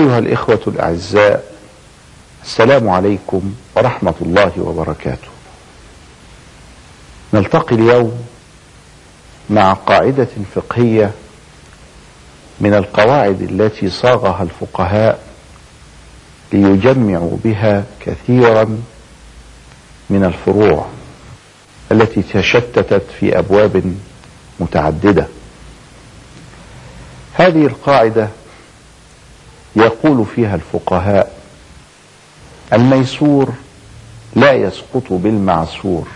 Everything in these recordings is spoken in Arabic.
أيها الإخوة الأعزاء، السلام عليكم ورحمة الله وبركاته. نلتقي اليوم مع قاعدة فقهية من القواعد التي صاغها الفقهاء ليجمعوا بها كثيرا من الفروع التي تشتتت في أبواب متعددة. هذه القاعدة يقول فيها الفقهاء: الميسور لا يسقط بالمعسور.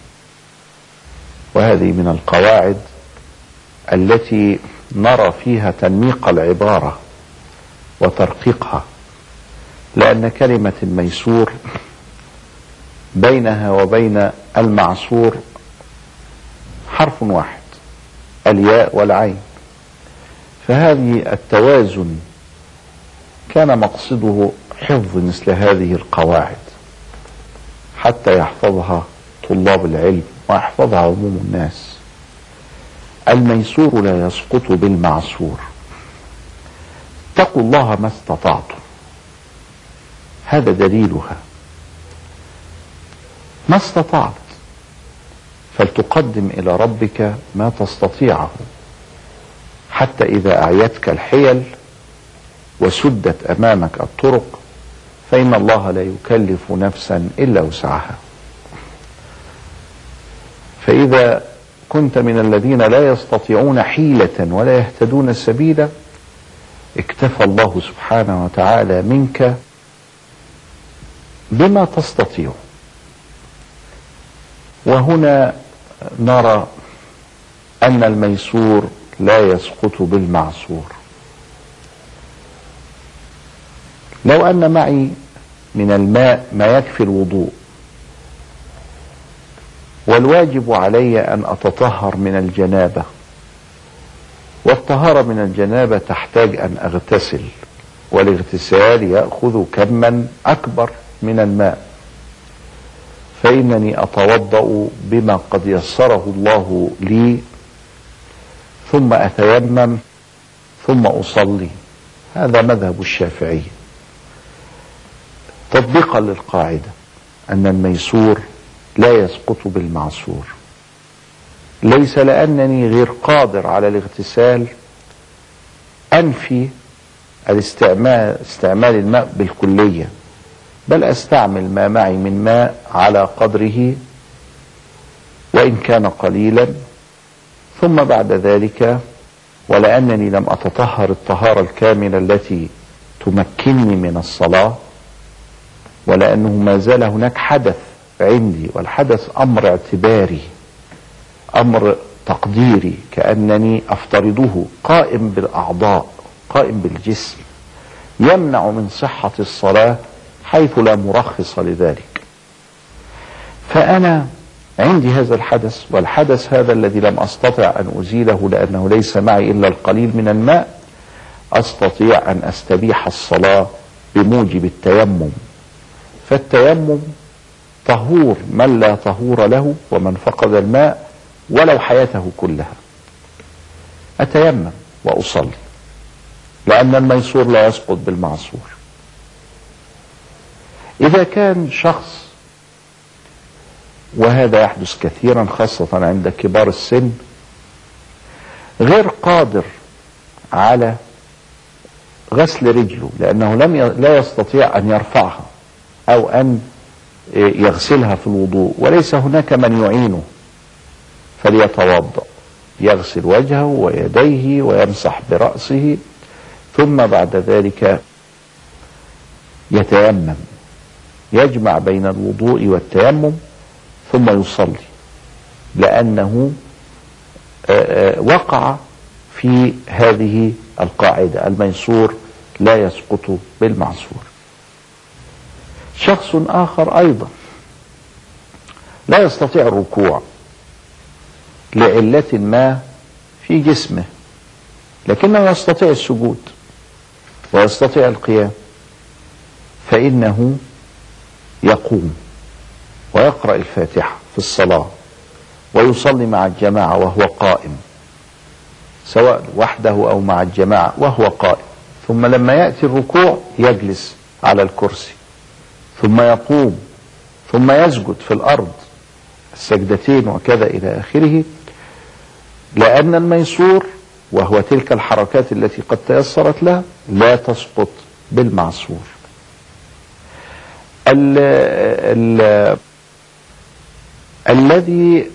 وهذه من القواعد التي نرى فيها تنميق العبارة وترقيقها، لأن كلمة الميسور بينها وبين المعسور حرف واحد، الياء والعين، فهذه التوازن كان مقصده حفظ مثل هذه القواعد حتى يحفظها طلاب العلم ويحفظها عموم الناس. الميسور لا يسقط بالمعسور. اتقوا الله ما استطعتم، هذا دليلها. ما استطعت فلتقدم إلى ربك ما تستطيعه، حتى إذا أعيتك الحيل وسدت أمامك الطرق فإن الله لا يكلف نفسا إلا وسعها. فإذا كنت من الذين لا يستطيعون حيلة ولا يهتدون سبيلا، اكتفى الله سبحانه وتعالى منك بما تستطيع. وهنا نرى أن الميسور لا يسقط بالمعسور. لو أن معي من الماء ما يكفي الوضوء، والواجب علي أن أتطهر من الجنابة، والطهارة من الجنابة تحتاج أن أغتسل، والاغتسال يأخذ كما أكبر من الماء، فإنني أتوضأ بما قد يسره الله لي، ثم أتيمم، ثم أصلي. هذا مذهب الشافعي تطبيقا للقاعدة أن الميسور لا يسقط بالمعسور. ليس لأنني غير قادر على الاغتسال أنفي استعمال الماء بالكلية، بل أستعمل ما معي من ماء على قدره وإن كان قليلا، ثم بعد ذلك ولأنني لم أتطهر الطهارة الكاملة التي تمكنني من الصلاة، ولأنه ما زال هناك حدث عندي، والحدث أمر اعتباري، أمر تقديري، كأنني أفترضه قائم بالأعضاء، قائم بالجسم، يمنع من صحة الصلاة حيث لا مرخص لذلك. فأنا عندي هذا الحدث، والحدث هذا الذي لم أستطع أن أزيله لأنه ليس معي إلا القليل من الماء، أستطيع أن أستبيح الصلاة بموجب التيمم. فالتيمم طهور من لا طهور له ومن فقد الماء ولو حياته كلها. أتيمم وأصلي، لأن الميسور لا يسقط بالمعسور. إذا كان شخص، وهذا يحدث كثيرا خاصة عند كبار السن، غير قادر على غسل رجله لأنه لا يستطيع أن يرفعها أو أن يغسلها في الوضوء، وليس هناك من يعينه، فليتوضأ، يغسل وجهه ويديه ويمسح برأسه، ثم بعد ذلك يتيمم، يجمع بين الوضوء والتيمم ثم يصلي، لأنه وقع في هذه القاعدة: الميسور لا يسقط بالمعسور. شخص آخر أيضا لا يستطيع الركوع لعلة ما في جسمه، لكنه يستطيع السجود ويستطيع القيام، فإنه يقوم ويقرأ الفاتحة في الصلاة ويصلي مع الجماعة وهو قائم، سواء وحده أو مع الجماعة وهو قائم، ثم لما يأتي الركوع يجلس على الكرسي، ثم يقوم، ثم يسجد في الأرض السجدتين وكذا إلى آخره، لأن الميسور وهو تلك الحركات التي قد تيسرت له لا تسقط بالمعسور. الذي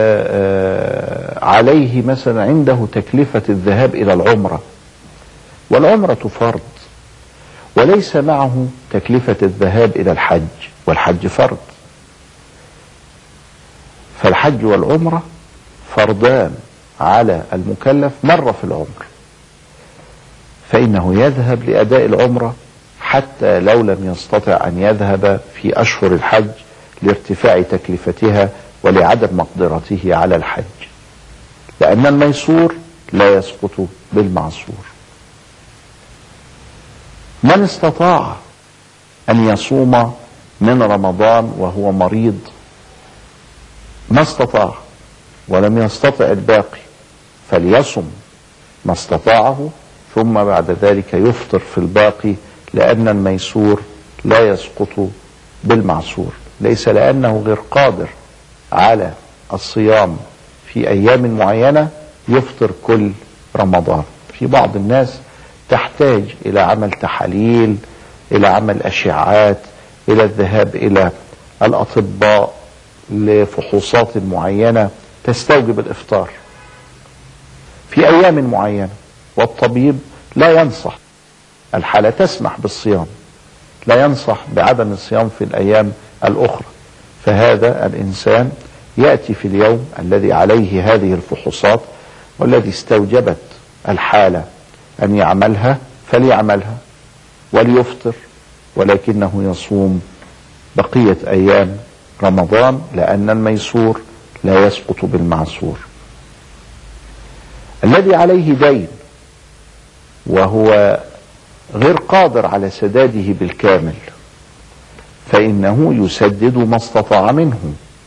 عليه مثلا عنده تكلفة الذهاب إلى العمرة، والعمرة فرض، وليس معه تكلفة الذهاب إلى الحج، والحج فرض، فالحج والعمرة فرضان على المكلف مرة في العمر، فإنه يذهب لأداء العمرة حتى لو لم يستطع أن يذهب في أشهر الحج لارتفاع تكلفتها ولعدم مقدرته على الحج، لأن الميسور لا يسقط بالمعسور. من استطاع أن يصوم من رمضان وهو مريض ما استطاع ولم يستطع الباقي فليصم ما استطاعه، ثم بعد ذلك يفطر في الباقي، لأن الميسور لا يسقط بالمعسور، ليس لأنه غير قادر على الصيام في أيام معينة يفطر كل رمضان. في بعض الناس تحتاج إلى عمل تحاليل، إلى عمل أشعات، إلى الذهاب إلى الأطباء لفحوصات معينة تستوجب الإفطار في أيام معينة، والطبيب لا ينصح، الحالة تسمح بالصيام، لا ينصح بعدم الصيام في الأيام الأخرى، فهذا الإنسان يأتي في اليوم الذي عليه هذه الفحوصات والذي استوجبت الحالة أن يعملها فليعملها وليفطر، ولكنه يصوم بقية أيام رمضان، لأن الميسور لا يسقط بالمعسور. الذي عليه دين وهو غير قادر على سداده بالكامل فإنه يسدد ما استطاع منه،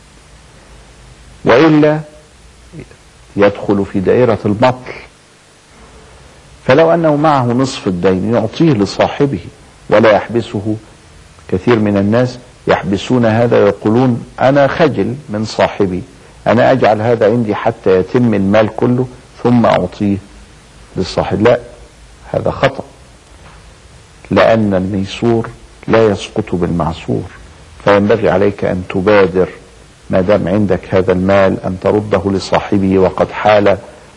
وإلا يدخل في دائرة المطل. فلو أنه معه نصف الدين يعطيه لصاحبه ولا يحبسه. كثير من الناس يحبسون هذا ويقولون أنا خجل من صاحبي، أنا أجعل هذا عندي حتى يتم المال كله ثم أعطيه للصاحب. لا، هذا خطأ، لأن الميسور لا يسقط بالمعسور، فينبغي عليك أن تبادر ما دام عندك هذا المال أن ترده لصاحبه وقد حل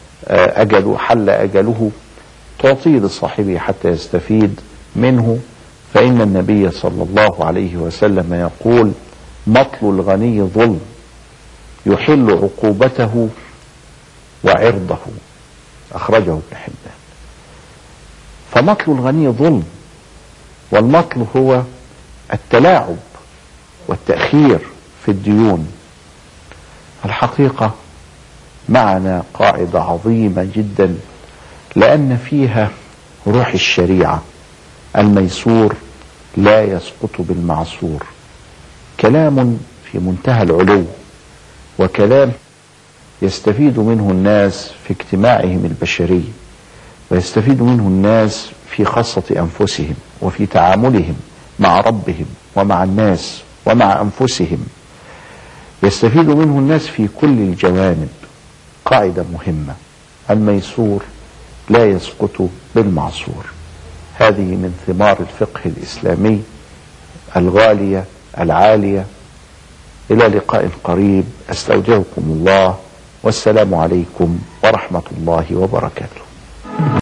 أجله، تعطيه لصاحبه حتى يستفيد منه. فإن النبي صلى الله عليه وسلم يقول: مطل الغني ظلم يحل عقوبته وعرضه، أخرجه ابن حبان. فمطل الغني ظلم، والمطل هو التلاعب والتأخير في الديون. الحقيقة معنا قاعدة عظيمة جدا لأن فيها روح الشريعة: الميسور لا يسقط بالمعسور. كلام في منتهى العلو، وكلام يستفيد منه الناس في اجتماعهم البشري، ويستفيد منه الناس في خاصة أنفسهم وفي تعاملهم مع ربهم ومع الناس ومع أنفسهم، يستفيد منه الناس في كل الجوانب. قاعدة مهمة: الميسور لا يسقط بالمعسور. هذه من ثمار الفقه الإسلامي الغالية العالية. إلى لقاء قريب، أستودعكم الله، والسلام عليكم ورحمة الله وبركاته.